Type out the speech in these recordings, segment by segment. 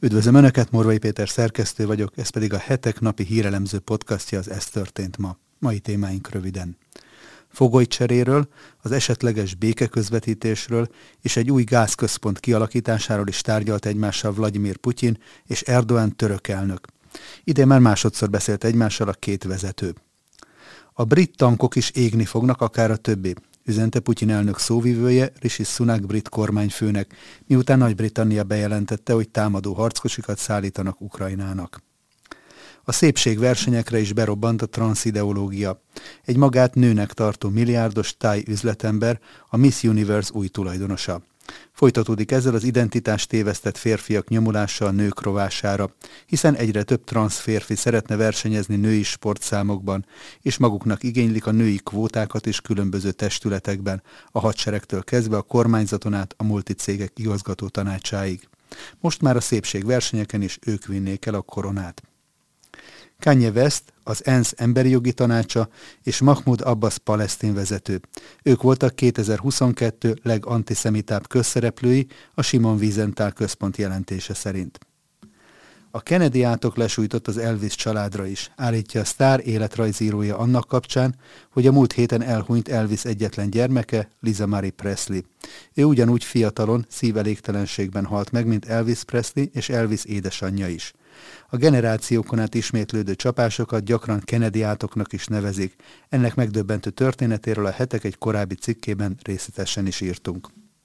Üdvözlöm Önöket, Morvai Péter szerkesztő vagyok, ez pedig a Hetek napi hírelemző podcastja, az Ez történt ma. Mai témáink röviden. Fogolycseréről, az esetleges békeközvetítésről és egy új gázközpont kialakításáról is tárgyalt egymással Vladimir Putyin és Erdoğan török elnök. Idén már másodszor beszélt egymással a két vezető. A brit tankok is égni fognak, akár a többi, üzente Putyin elnök szóvivője, Rishi Sunak brit kormányfőnek, miután Nagy-Britannia bejelentette, hogy támadó harckocsikat szállítanak Ukrajnának. A szépségversenyekre is berobbant a transzideológia. Egy magát nőnek tartó milliárdos táj üzletember, a Miss Universe új tulajdonosa. Folytatódik ezzel az identitást tévesztett férfiak nyomulása a nők rovására, hiszen egyre több transz férfi szeretne versenyezni női sportszámokban, és maguknak igénylik a női kvótákat is különböző testületekben, a hadseregtől kezdve a kormányzaton át a multicégek igazgató tanácsáig. Most már a szépségversenyeken is ők vinnék el a koronát. Kanye West, az ENSZ emberi jogi tanácsa és Mahmoud Abbas palesztin vezető. Ők voltak 2022 legantiszemitább közszereplői a Simon Wiesenthal központ jelentése szerint. A Kennedy átok lesújtott az Elvis családra is, állítja a sztár életrajzírója annak kapcsán, hogy a múlt héten elhunyt Elvis egyetlen gyermeke, Lisa Marie Presley. Ő ugyanúgy fiatalon, szívelégtelenségben halt meg, mint Elvis Presley és Elvis édesanyja is. A generációkon át ismétlődő csapásokat gyakran Kennedy átoknak is nevezik. Ennek megdöbbentő történetéről a Hetek egy korábbi cikkében részletesen is írtunk.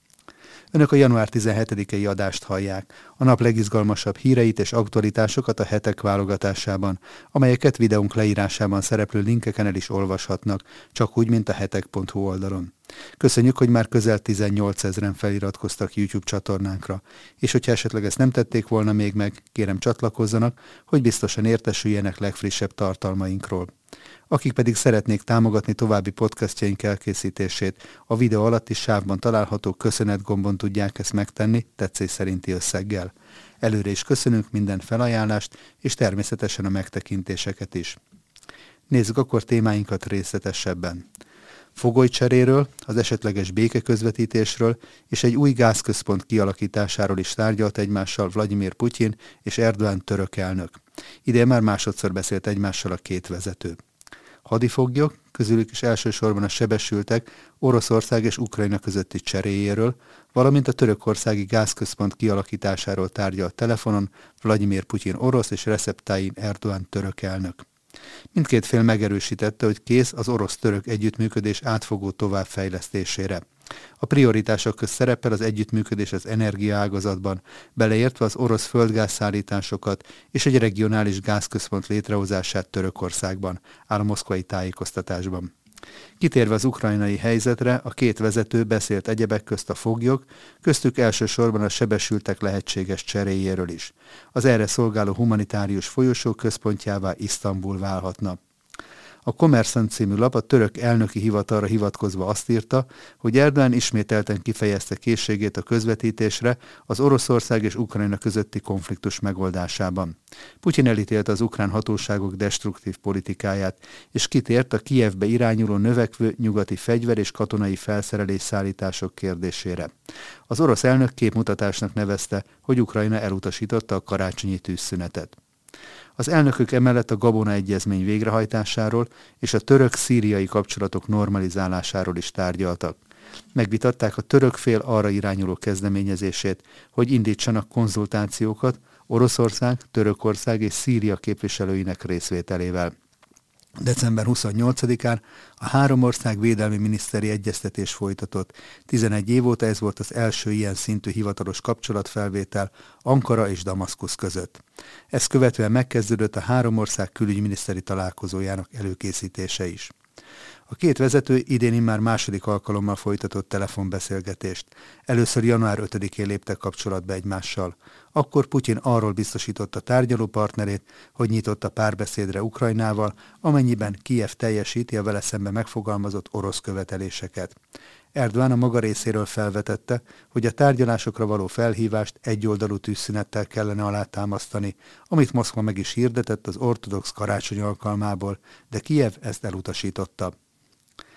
Önök a január 17-i adást hallják, a nap legizgalmasabb híreit és aktualitásokat a Hetek válogatásában, amelyeket videónk leírásában szereplő linkeken el is olvashatnak, csak úgy, mint a hetek.hu oldalon. Köszönjük, hogy már közel 18 000-en feliratkoztak YouTube csatornánkra, és hogyha esetleg ezt nem tették volna még meg, kérem csatlakozzanak, hogy biztosan értesüljenek legfrissebb tartalmainkról. Akik pedig szeretnék támogatni további podcastjaink elkészítését, a videó alatti sávban található köszönet gombon tudják ezt megtenni tetszés szerinti összeggel. Előre is köszönünk minden felajánlást, és természetesen a megtekintéseket is. Nézzük akkor témáinkat részletesebben. Fogolycseréről, az esetleges békeközvetítésről és egy új gázközpont kialakításáról is tárgyalt egymással Vladimir Putyin és Erdoğan török elnök. Idén már másodszor beszélt egymással a két vezető. Hadifoglyok, közülük is elsősorban a sebesültek Oroszország és Ukrajna közötti cseréjéről, valamint a törökországi gázközpont kialakításáról tárgyalt telefonon Vladimir Putyin orosz és Recep Tayyip Erdoğan török elnök. Mindkét fél megerősítette, hogy kész az orosz-török együttműködés átfogó továbbfejlesztésére. A prioritások közt szerepel az együttműködés az energiaágazatban, beleértve az orosz földgázszállításokat és egy regionális gázközpont létrehozását Törökországban, áll a moszkvai tájékoztatásban. Kitérve az ukrajnai helyzetre, a két vezető beszélt egyebek közt a foglyok, köztük elsősorban a sebesültek lehetséges cseréjéről is. Az erre szolgáló humanitárius folyosó központjává Isztambul válhatna. A Kommersant című lap a török elnöki hivatalra hivatkozva azt írta, hogy Erdoğan ismételten kifejezte készségét a közvetítésre az Oroszország és Ukrajna közötti konfliktus megoldásában. Putyin elítélte az ukrán hatóságok destruktív politikáját, és kitért a Kijevbe irányuló növekvő nyugati fegyver és katonai felszerelés szállítások kérdésére. Az orosz elnök képmutatásnak nevezte, hogy Ukrajna elutasította a karácsonyi tűzszünetet. Az elnökök emellett a Gabona egyezmény végrehajtásáról és a török-szíriai kapcsolatok normalizálásáról is tárgyaltak. Megvitatták a török fél arra irányuló kezdeményezését, hogy indítsanak konzultációkat Oroszország, Törökország és Szíria képviselőinek részvételével. December 28-án a három ország védelmi miniszteri egyeztetés folytatott. 11 év óta ez volt az első ilyen szintű hivatalos kapcsolatfelvétel Ankara és Damaszkusz között. Ezt követően megkezdődött a három ország külügyminiszteri találkozójának előkészítése is. A két vezető idén immár második alkalommal folytatott telefonbeszélgetést. Először január 5-én léptek kapcsolatba egymással. Akkor Putyin arról biztosította tárgyaló partnerét, hogy nyitott a párbeszédre Ukrajnával, amennyiben Kijev teljesíti a vele szembe megfogalmazott orosz követeléseket. Erdoğan a maga részéről felvetette, hogy a tárgyalásokra való felhívást egyoldalú tűzszünettel kellene alátámasztani, amit Moszkva meg is hirdetett az ortodox karácsony alkalmából, de Kijev ezt elutasította.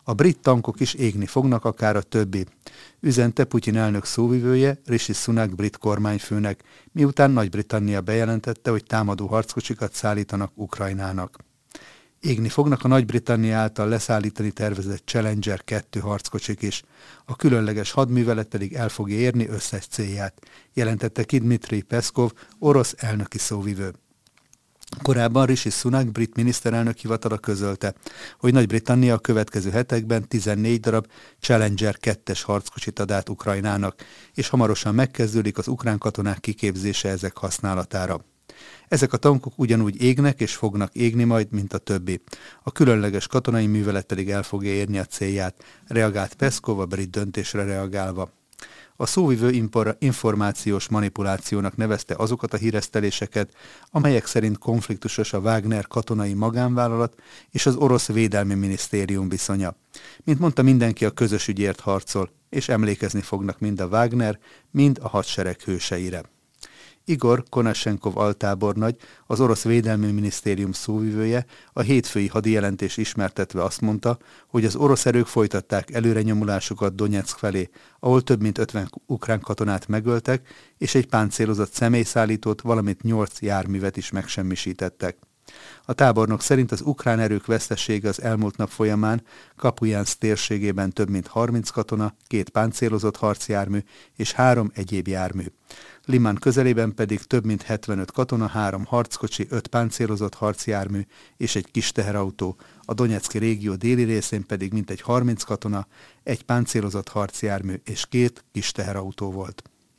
A brit tankok is égni fognak, akár a többi, üzente Putyin elnök szóvivője, Rishi Sunak brit kormányfőnek, miután Nagy-Britannia bejelentette, hogy támadó harckocsikat szállítanak Ukrajnának. Égni fognak a Nagy-Britannia által leszállítani tervezett Challenger 2 harckocsik is. A különleges hadművelet pedig el fogja érni összes célját, jelentette ki Dmitry Peszkov, orosz elnöki szóvivő. Korábban Rishi Sunak brit miniszterelnök hivatala közölte, hogy Nagy-Britannia a következő hetekben 14 darab Challenger 2-es harckocsit ad át Ukrajnának, és hamarosan megkezdődik az ukrán katonák kiképzése ezek használatára. Ezek a tankok ugyanúgy égnek és fognak égni majd, mint a többi. A különleges katonai művelet pedig el fogja érni a célját, reagált Peszkov a brit döntésre reagálva. A szóvivő információs manipulációnak nevezte azokat a híreszteléseket, amelyek szerint konfliktusos a Wagner katonai magánvállalat és az orosz védelmi minisztérium viszonya. Mint mondta, mindenki a közös ügyért harcol, és emlékezni fognak mind a Wagner, mind a hadsereg hőseire. Igor Konashenkov altábornagy, az orosz védelmi minisztérium szóvivője a hétfői hadijelentés ismertetve azt mondta, hogy az orosz erők folytatták előrenyomulásukat Donyeck felé, ahol több mint 50 ukrán katonát megöltek, és egy páncélozott személyszállítót, valamint 8 járművet is megsemmisítettek. A tábornok szerint az ukrán erők vesztesége az elmúlt nap folyamán Kapujánsz térségében több mint 30 katona, 2 páncélozott harcjármű és 3 egyéb jármű. Liman közelében pedig több mint 75 katona, 3 harckocsi, 5 páncélozott harcjármű és egy kis teherautó, a Donyecky régió déli részén pedig mintegy 30 katona, 1 páncélozott harcjármű és 2 kis teherautó volt.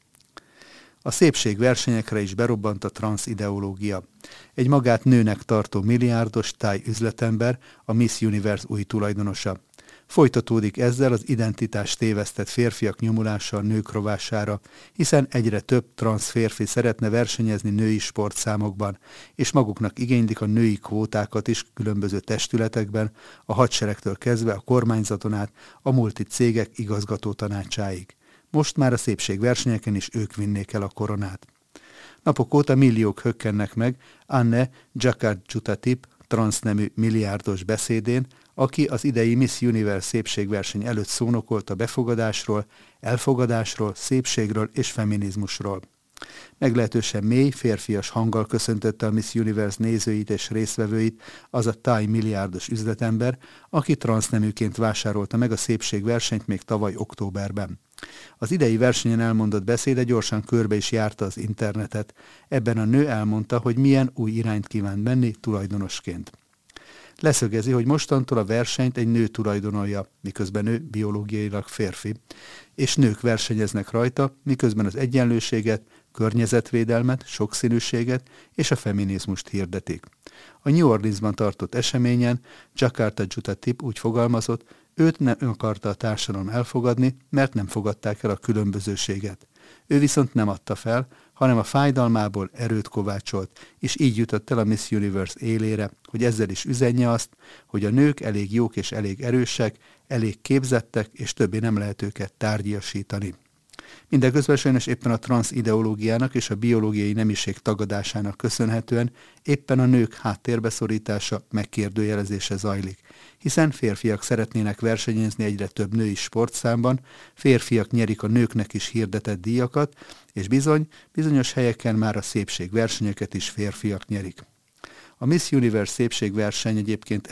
A szépségversenyekre is berobbant a transz-ideológia. Egy magát nőnek tartó milliárdos táj üzletember, a Miss Universe új tulajdonosa. Folytatódik ezzel az identitás tévesztett férfiak nyomulása a nők rovására, hiszen egyre több transz férfi szeretne versenyezni női sportszámokban, és maguknak igénylik a női kvótákat is különböző testületekben, a hadseregtől kezdve a kormányzaton át, a multicégek igazgató tanácsáig. Most már a szépségversenyeken is ők vinnék el a koronát. Napok óta milliók hökkennek meg Anne Jakardzsutatip transznemű milliárdos beszédén, aki az idei Miss Universe szépségverseny előtt szónokolt a befogadásról, elfogadásról, szépségről és feminizmusról. Meglehetősen mély, férfias hanggal köszöntötte a Miss Universe nézőit és résztvevőit az a táj milliárdos üzletember, aki transzneműként vásárolta meg a szépségversenyt még tavaly októberben. Az idei versenyen elmondott beszéde gyorsan körbe is járta az internetet. Ebben a nő elmondta, hogy milyen új irányt kíván menni tulajdonosként. Leszögezi, hogy mostantól a versenyt egy nő tulajdonolja, miközben ő biológiailag férfi, és nők versenyeznek rajta, miközben az egyenlőséget, környezetvédelmet, sokszínűséget és a feminizmust hirdetik. A New Orleansban tartott eseményen Jakardzsutatip úgy fogalmazott, őt nem akarta a társadalom elfogadni, mert nem fogadták el a különbözőséget. Ő viszont nem adta fel, hanem a fájdalmából erőt kovácsolt, és így jutott el a Miss Universe élére, hogy ezzel is üzenje azt, hogy a nők elég jók és elég erősek, elég képzettek, és többé nem lehet őket tárgyasítani. Mindeközben sajnos éppen a transz ideológiának és a biológiai nemiség tagadásának köszönhetően éppen a nők háttérbeszorítása, megkérdőjelezése zajlik, hiszen férfiak szeretnének versenyezni egyre több női sportszámban, férfiak nyerik a nőknek is hirdetett díjakat, és bizonyos helyeken már a szépségversenyeket is férfiak nyerik. A Miss Universe szépségverseny egyébként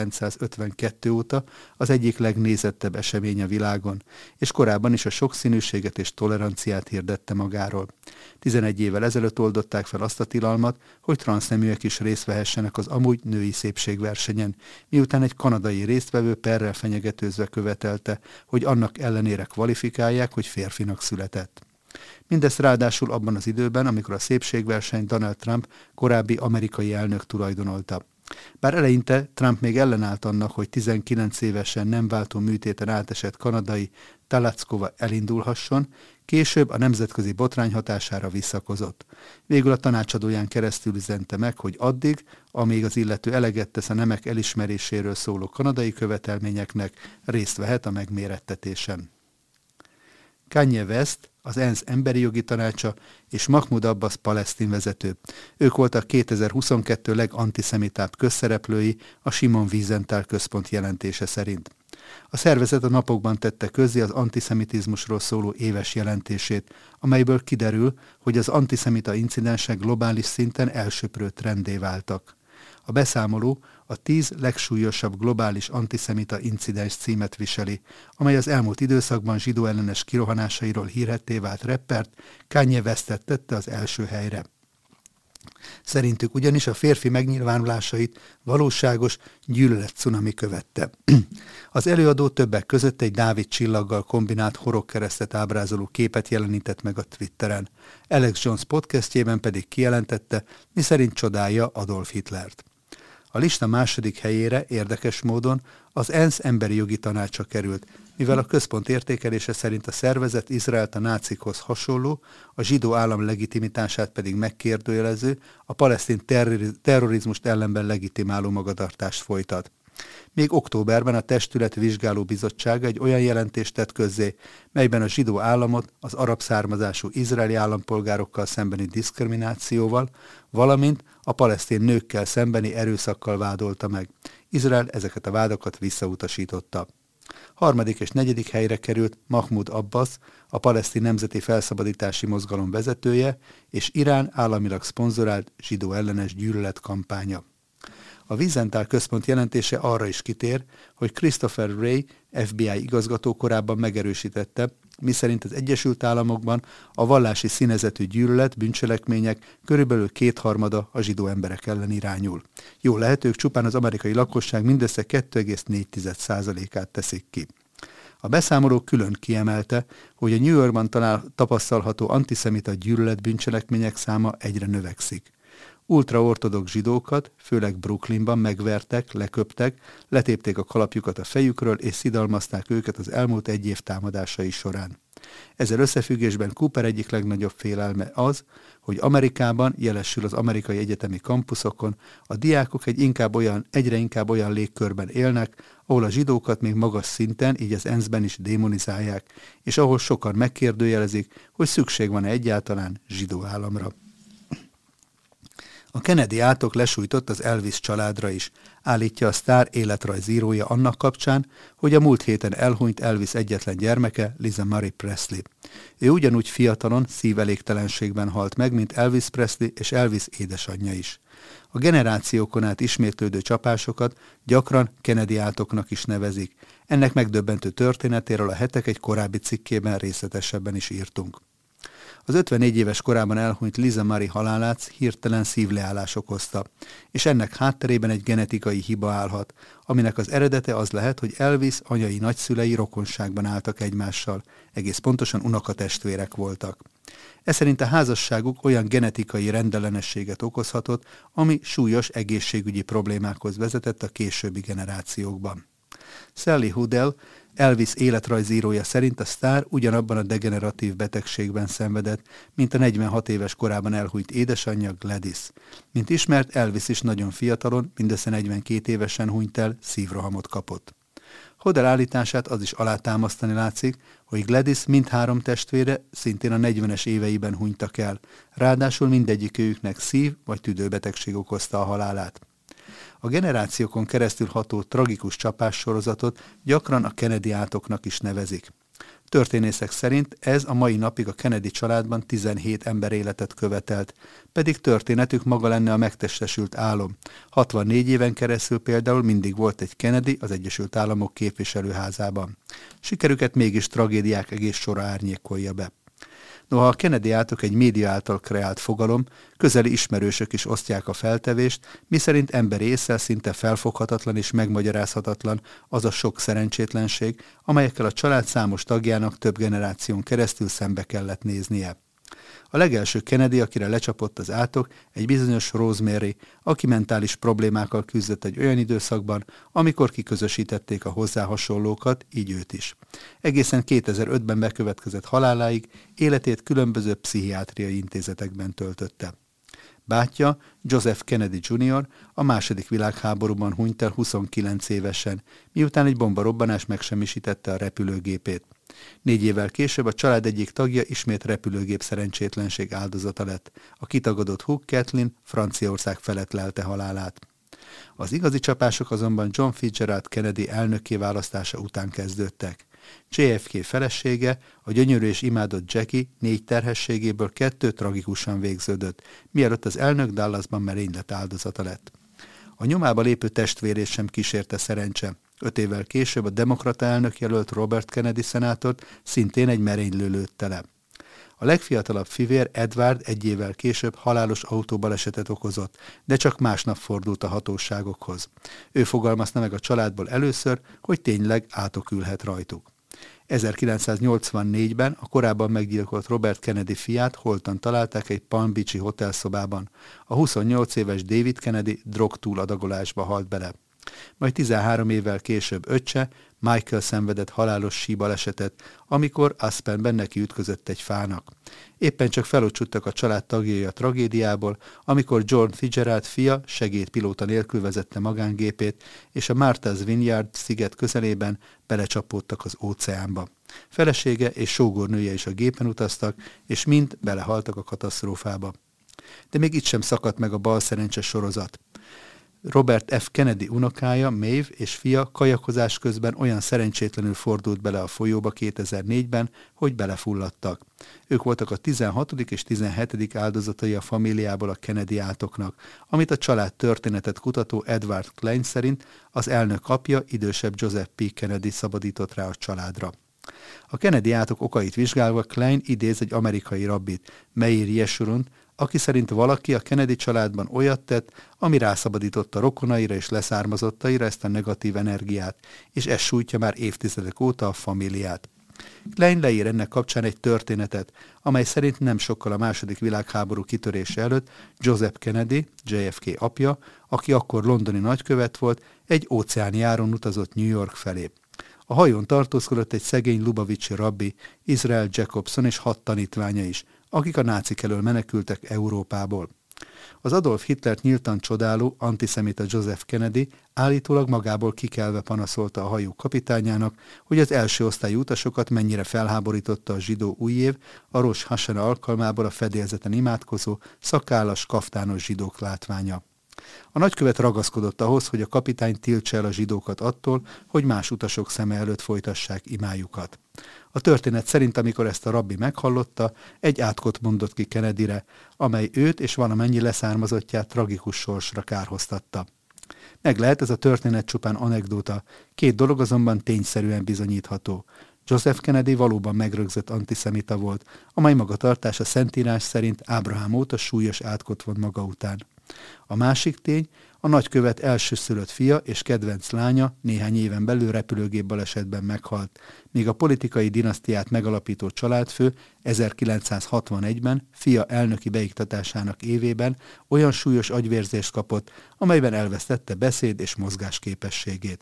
1952 óta az egyik legnézettebb esemény a világon, és korábban is a sokszínűséget és toleranciát hirdette magáról. 11 évvel ezelőtt oldották fel azt a tilalmat, hogy transzneműek is részt vehessenek az amúgy női szépségversenyen, miután egy kanadai résztvevő perrel fenyegetőzve követelte, hogy annak ellenére kvalifikálják, hogy férfinak született. Mindezt ráadásul abban az időben, amikor a szépségverseny Donald Trump korábbi amerikai elnök tulajdonolta. Bár eleinte Trump még ellenállt annak, hogy 19 évesen nem váltó műtéten átesett kanadai Talackova elindulhasson, később a nemzetközi botrány hatására visszakozott. Végül a tanácsadóján keresztül üzente meg, hogy addig, amíg az illető eleget tesz a nemek elismeréséről szóló kanadai követelményeknek, részt vehet a megmérettetésen. Kanye West, az ENSZ emberi jogi tanácsa és Mahmoud Abbas palesztin vezető. Ők voltak 2022 legantiszemitább közszereplői a Simon Wiesenthal központ jelentése szerint. A szervezet a napokban tette közzé az antiszemitizmusról szóló éves jelentését, amelyből kiderül, hogy az antiszemita incidensek globális szinten elsöprő trenddé váltak. A beszámoló a 10 legsúlyosabb globális antiszemita incidens címet viseli, amely az elmúlt időszakban zsidó ellenes kirohanásairól hírhedté vált rappert Kanye Westet tette az első helyre. Szerintük ugyanis a férfi megnyilvánulásait valóságos gyűlöletcunami követte. Az előadó többek között egy Dávid csillaggal kombinált horogkeresztet ábrázoló képet jelenített meg a Twitteren. Alex Jones podcastjében pedig kijelentette, miszerint csodálja Adolf Hitlert. A lista második helyére érdekes módon az ENSZ emberi jogi tanácsa került, mivel a központ értékelése szerint a szervezet Izraelt a nácikhoz hasonló, a zsidó állam legitimitását pedig megkérdőjelező, a palesztin terrorizmust ellenben legitimáló magatartást folytat. Még októberben a testület vizsgáló bizottsága egy olyan jelentést tett közzé, melyben a zsidó államot az arab származású izraeli állampolgárokkal szembeni diszkriminációval, valamint a palesztin nőkkel szembeni erőszakkal vádolta meg. Izrael ezeket a vádakat visszautasította. Harmadik és negyedik helyre került Mahmoud Abbas, a palesztin nemzeti felszabadítási mozgalom vezetője, és Irán államilag szponzorált zsidó ellenes gyűlöletkampánya. A Wiesenthal központ jelentése arra is kitér, hogy Christopher Wray, FBI igazgató korábban megerősítette, miszerint az Egyesült Államokban a vallási színezetű gyűlölet, bűncselekmények körülbelül 2/3 a zsidó emberek ellen irányul. Jó lehet, ők csupán az amerikai lakosság mindössze 2,4%-át teszik ki. A beszámoló külön kiemelte, hogy a New Yorkban tapasztalható antiszemita gyűlölet bűncselekmények száma egyre növekszik. Ultraortodox zsidókat, főleg Brooklynban megvertek, leköptek, letépték a kalapjukat a fejükről és szidalmazták őket az elmúlt egy év támadásai során. Ezzel összefüggésben Cooper egyik legnagyobb félelme az, hogy Amerikában, jelesül az amerikai egyetemi kampuszokon, a diákok egyre inkább olyan légkörben élnek, ahol a zsidókat még magas szinten, így az ENSZ-ben is démonizálják, és ahol sokan megkérdőjelezik, hogy szükség van-e egyáltalán zsidó államra. A Kennedy átok lesújtott az Elvis családra is, állítja a sztár életrajzírója annak kapcsán, hogy a múlt héten elhunyt Elvis egyetlen gyermeke, Lisa Marie Presley. Ő ugyanúgy fiatalon, szívelégtelenségben halt meg, mint Elvis Presley és Elvis édesanyja is. A generációkon át ismétlődő csapásokat gyakran Kennedy átoknak is nevezik. Ennek megdöbbentő történetéről a Hetek egy korábbi cikkében részletesebben is írtunk. Az 54 éves korában elhunyt Lisa Marie halálát hirtelen szívleállás okozta, és ennek hátterében egy genetikai hiba állhat, aminek az eredete az lehet, hogy Elvis anyai nagyszülei rokonságban álltak egymással, egész pontosan unokatestvérek voltak. Ez szerint a házasságuk olyan genetikai rendellenességet okozhatott, ami súlyos egészségügyi problémákhoz vezetett a későbbi generációkban. Sally Hudell, Elvis életrajzírója szerint a sztár ugyanabban a degeneratív betegségben szenvedett, mint a 46 éves korában elhunyt édesanyja Gladys. Mint ismert, Elvis is nagyon fiatalon, mindössze 42 évesen hunyt el, szívrohamot kapott. Hodel állítását az is alátámasztani látszik, hogy Gladys mindhárom testvére szintén a 40-es éveiben hunytak el, ráadásul mindegyikőjüknek szív- vagy tüdőbetegség okozta a halálát. A generációkon keresztül ható tragikus csapássorozatot gyakran a Kennedy átoknak is nevezik. Történészek szerint ez a mai napig a Kennedy családban 17 ember életet követelt, pedig történetük maga lenne a megtestesült álom. 64 éven keresztül például mindig volt egy Kennedy az Egyesült Államok képviselőházában. Sikerüket mégis tragédiák egész sora árnyékolja be. Noha a Kennedy átok egy média által kreált fogalom, közeli ismerősök is osztják a feltevést, miszerint emberi ésszel szinte felfoghatatlan és megmagyarázhatatlan az a sok szerencsétlenség, amelyekkel a család számos tagjának több generáción keresztül szembe kellett néznie. A legelső Kennedy, akire lecsapott az átok, egy bizonyos Rosemary, aki mentális problémákkal küzdött egy olyan időszakban, amikor kiközösítették a hozzá hasonlókat, így őt is. Egészen 2005-ben bekövetkezett haláláig életét különböző pszichiátriai intézetekben töltötte. Bátyja, Joseph Kennedy Jr. a II. Világháborúban hunyt el 29 évesen, miután egy bombarobbanás megsemmisítette a repülőgépét. 4 évvel később a család egyik tagja ismét repülőgép szerencsétlenség áldozata lett. A kitagadott húg Kathleen Franciaország felett lelte halálát. Az igazi csapások azonban John Fitzgerald Kennedy elnökké választása után kezdődtek. JFK felesége, a gyönyörű és imádott Jackie 4 terhességéből 2 tragikusan végződött, mielőtt az elnök Dallasban merénylet áldozata lett. A nyomába lépő testvérét sem kísérte szerencse. 5 évvel később a demokrata elnök jelölt Robert Kennedy szenátort szintén egy merénylő lőtte le. A legfiatalabb fivér Edward 1 évvel később halálos autóbalesetet okozott, de csak másnap fordult a hatóságokhoz. Ő fogalmazta meg a családból először, hogy tényleg átok ülhet rajtuk. 1984-ben a korábban meggyilkolt Robert Kennedy fiát holtan találták egy Palm Beach-i hotelszobában. A 28 éves David Kennedy drogtúladagolásba halt bele. Majd 13 évvel később öccse, Michael szenvedett halálos síbalesetet, amikor Aspenben neki ütközött egy fának. Éppen csak felocsuttak a család tagjai a tragédiából, amikor John Fitzgerald fia segédpilóta nélkül vezette magángépét, és a Martha's Vineyard sziget közelében belecsapódtak az óceánba. Felesége és sógornője is a gépen utaztak, és mind belehaltak a katasztrófába. De még itt sem szakadt meg a balszerencses sorozat. Robert F. Kennedy unokája, Maeve és fia kajakozás közben olyan szerencsétlenül fordult bele a folyóba 2004-ben, hogy belefulladtak. Ők voltak a 16. és 17. áldozatai a familiából a Kennedy átoknak, amit a család történetet kutató Edward Klein szerint az elnök apja, idősebb Joseph P. Kennedy szabadított rá a családra. A Kennedy átok okait vizsgálva Klein idéz egy amerikai rabbit, Meir Yeshurun, aki szerint valaki a Kennedy családban olyat tett, ami rászabadította rokonaira és leszármazottaira ezt a negatív energiát, és ez sújtja már évtizedek óta a familiát. Klein leír ennek kapcsán egy történetet, amely szerint nem sokkal a II. Világháború kitörése előtt Joseph Kennedy, JFK apja, aki akkor londoni nagykövet volt, egy óceáni áron utazott New York felé. A hajón tartózkodott egy szegény lubavicsi rabbi, Israel Jacobson és 6 tanítványa is, akik a nácik elől menekültek Európából. Az Adolf Hitlert nyíltan csodáló antiszemita Joseph Kennedy állítólag magából kikelve panaszolta a hajó kapitányának, hogy az első osztályú utasokat mennyire felháborította a zsidó újév, a Rosh Hashana alkalmából a fedélzeten imádkozó, szakállas, kaftános zsidók látványa. A nagykövet ragaszkodott ahhoz, hogy a kapitány tiltsa el a zsidókat attól, hogy más utasok szeme előtt folytassák imájukat. A történet szerint, amikor ezt a rabbi meghallotta, egy átkot mondott ki Kennedyre, amely őt és valamennyi leszármazottját tragikus sorsra kárhoztatta. Meg lehet ez a történet csupán anekdóta, 2 dolog azonban tényszerűen bizonyítható. Joseph Kennedy valóban megrögzött antiszemita volt, amely magatartása Szentírás szerint Ábrahám óta súlyos átkot von maga után. A másik tény, a nagykövet elsőszülött fia és kedvenc lánya néhány éven belül repülőgép balesetben meghalt, míg a politikai dinasztiát megalapító családfő 1961-ben fia elnöki beiktatásának évében olyan súlyos agyvérzést kapott, amelyben elvesztette beszéd és mozgásképességét.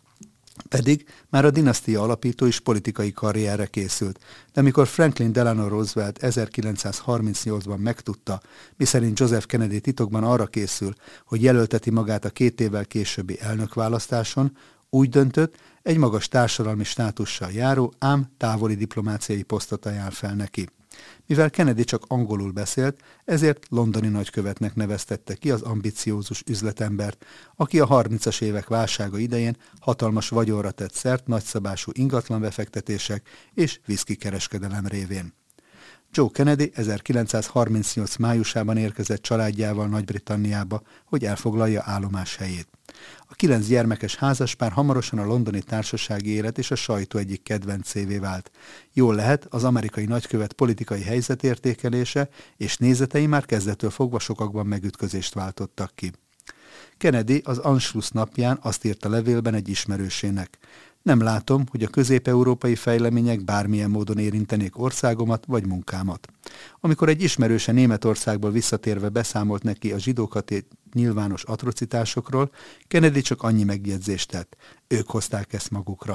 Pedig már a dinasztia alapító is politikai karrierre készült, de amikor Franklin Delano Roosevelt 1938-ban megtudta, miszerint Joseph Kennedy titokban arra készül, hogy jelölteti magát a 2 évvel későbbi elnökválasztáson, úgy döntött, egy magas társadalmi státussal járó, ám távoli diplomáciai posztot ajánl fel neki. Mivel Kennedy csak angolul beszélt, ezért londoni nagykövetnek neveztette ki az ambiciózus üzletembert, aki a 30-as évek válsága idején hatalmas vagyonra tett szert nagyszabású ingatlanbefektetések és viszki kereskedelem révén. Joe Kennedy 1938. májusában érkezett családjával Nagy-Britanniába, hogy elfoglalja állomáshelyét. A 9 gyermekes házaspár hamarosan a londoni társasági élet és a sajtó egyik kedvencévé vált. Jól lehet, az amerikai nagykövet politikai helyzetértékelése és nézetei már kezdettől fogva sokakban megütközést váltottak ki. Kennedy az Anschluss napján azt írta levélben egy ismerősének: nem látom, hogy a közép-európai fejlemények bármilyen módon érintenék országomat vagy munkámat. Amikor egy ismerőse Németországból visszatérve beszámolt neki a zsidókat nyilvános atrocitásokról, Kennedy csak annyi megjegyzést tett: ők hozták ezt magukra.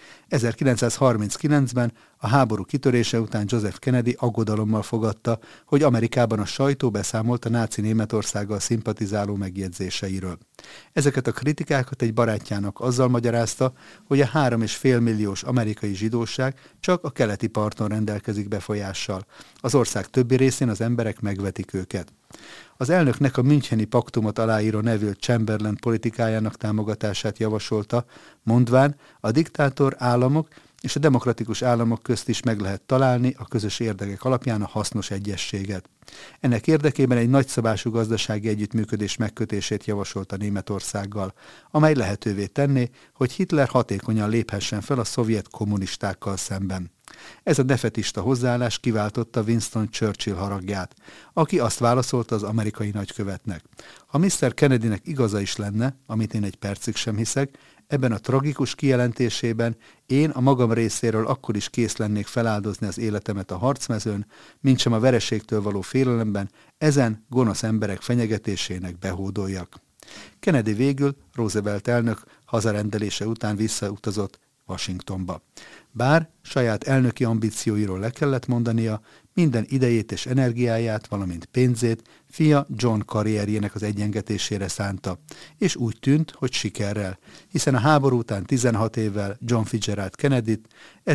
1939-ben a háború kitörése után Joseph Kennedy aggodalommal fogadta, hogy Amerikában a sajtó beszámolt a náci Németországgal szimpatizáló megjegyzéseiről. Ezeket a kritikákat egy barátjának azzal magyarázta, hogy a 3,5 milliós amerikai zsidóság csak a keleti parton rendelkezik befolyással. Az ország többi részén az emberek megvetik őket. Az elnöknek a Müncheni paktumot aláíró Neville Chamberlain politikájának támogatását javasolta, mondván a diktátor államok és a demokratikus államok közt is meg lehet találni a közös érdekek alapján a hasznos egyességet. Ennek érdekében egy nagyszabású gazdasági együttműködés megkötését javasolta Németországgal, amely lehetővé tenné, hogy Hitler hatékonyan léphessen fel a szovjet kommunistákkal szemben. Ez a defetista hozzáállás kiváltotta Winston Churchill haragját, aki azt válaszolta az amerikai nagykövetnek: ha Mr. Kennedynek igaza is lenne, amit én egy percig sem hiszek, ebben a tragikus kijelentésében én a magam részéről akkor is kész lennék feláldozni az életemet a harcmezőn, mintsem a vereségtől való félelemben ezen gonosz emberek fenyegetésének behódoljak. Kennedy végül Roosevelt elnök hazarendelése után visszautazott Washingtonba. Bár saját elnöki ambícióiról le kellett mondania, minden idejét és energiáját, valamint pénzét fia John karrierjének az egyengetésére szánta, és úgy tűnt, hogy sikerrel, hiszen a háború után 16 évvel John Fitzgerald Kennedyt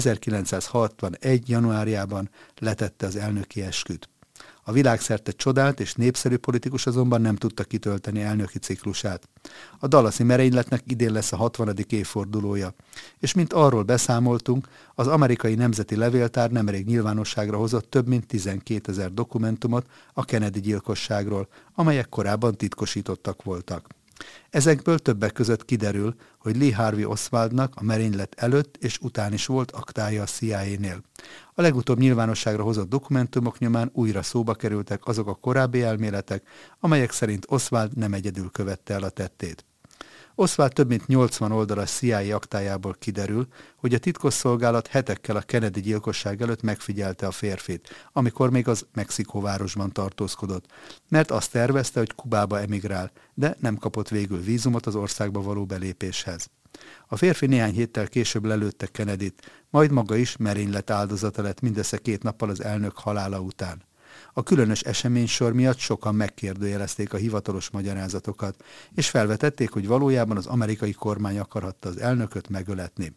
1961. januárjában letette az elnöki esküt. A világszerte csodált és népszerű politikus azonban nem tudta kitölteni elnöki ciklusát. A dallasi merényletnek idén lesz a 60. évfordulója, és mint arról beszámoltunk, az amerikai nemzeti levéltár nemrég nyilvánosságra hozott több mint 12 000 dokumentumot a Kennedy gyilkosságról, amelyek korábban titkosítottak voltak. Ezekből többek között kiderül, hogy Lee Harvey Oswaldnak a merénylet előtt és után is volt aktája a CIA-nél. A legutóbb nyilvánosságra hozott dokumentumok nyomán újra szóba kerültek azok a korábbi elméletek, amelyek szerint Oswald nem egyedül követte el a tettét. Oswald több mint 80 oldalas CIA aktájából kiderül, hogy a titkosszolgálat hetekkel a Kennedy gyilkosság előtt megfigyelte a férfit, amikor még az Mexikóvárosban tartózkodott, mert azt tervezte, hogy Kubába emigrál, de nem kapott végül vízumot az országba való belépéshez. A férfi néhány héttel később lelőtte Kennedyt, majd maga is merénylet áldozata lett mindössze 2 nappal az elnök halála után. A különös eseménysor miatt sokan megkérdőjelezték a hivatalos magyarázatokat, és felvetették, hogy valójában az amerikai kormány akarhatta az elnököt megöletni.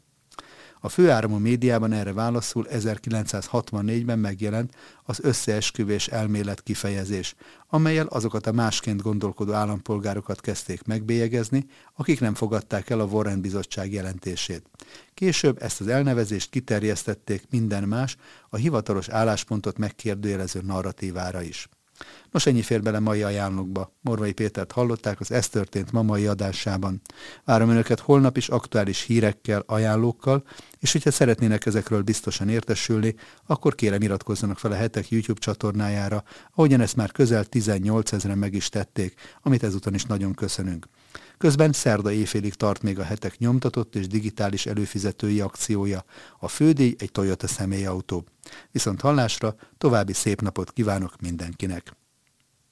A főáramú médiában erre válaszul 1964-ben megjelent az összeesküvés elmélet kifejezés, amellyel azokat a másként gondolkodó állampolgárokat kezdték megbélyegezni, akik nem fogadták el a Warren bizottság jelentését. Később ezt az elnevezést kiterjesztették minden más, a hivatalos álláspontot megkérdőjelező narratívára is. Nos, ennyi fér bele mai ajánlókba. Morvai Pétert hallották az Ez történt ma mai adásában. Várom önöket holnap is aktuális hírekkel, ajánlókkal, és hogyha szeretnének ezekről biztosan értesülni, akkor kérem iratkozzanak fel a Hetek YouTube csatornájára, ahogyan ezt már közel 18 000-en meg is tették, amit ezúton is nagyon köszönünk. Közben szerda éjfélig tart még a Hetek nyomtatott és digitális előfizetői akciója. A fődíj egy Toyota személyautó. Viszont hallásra, további szép napot kívánok mindenkinek!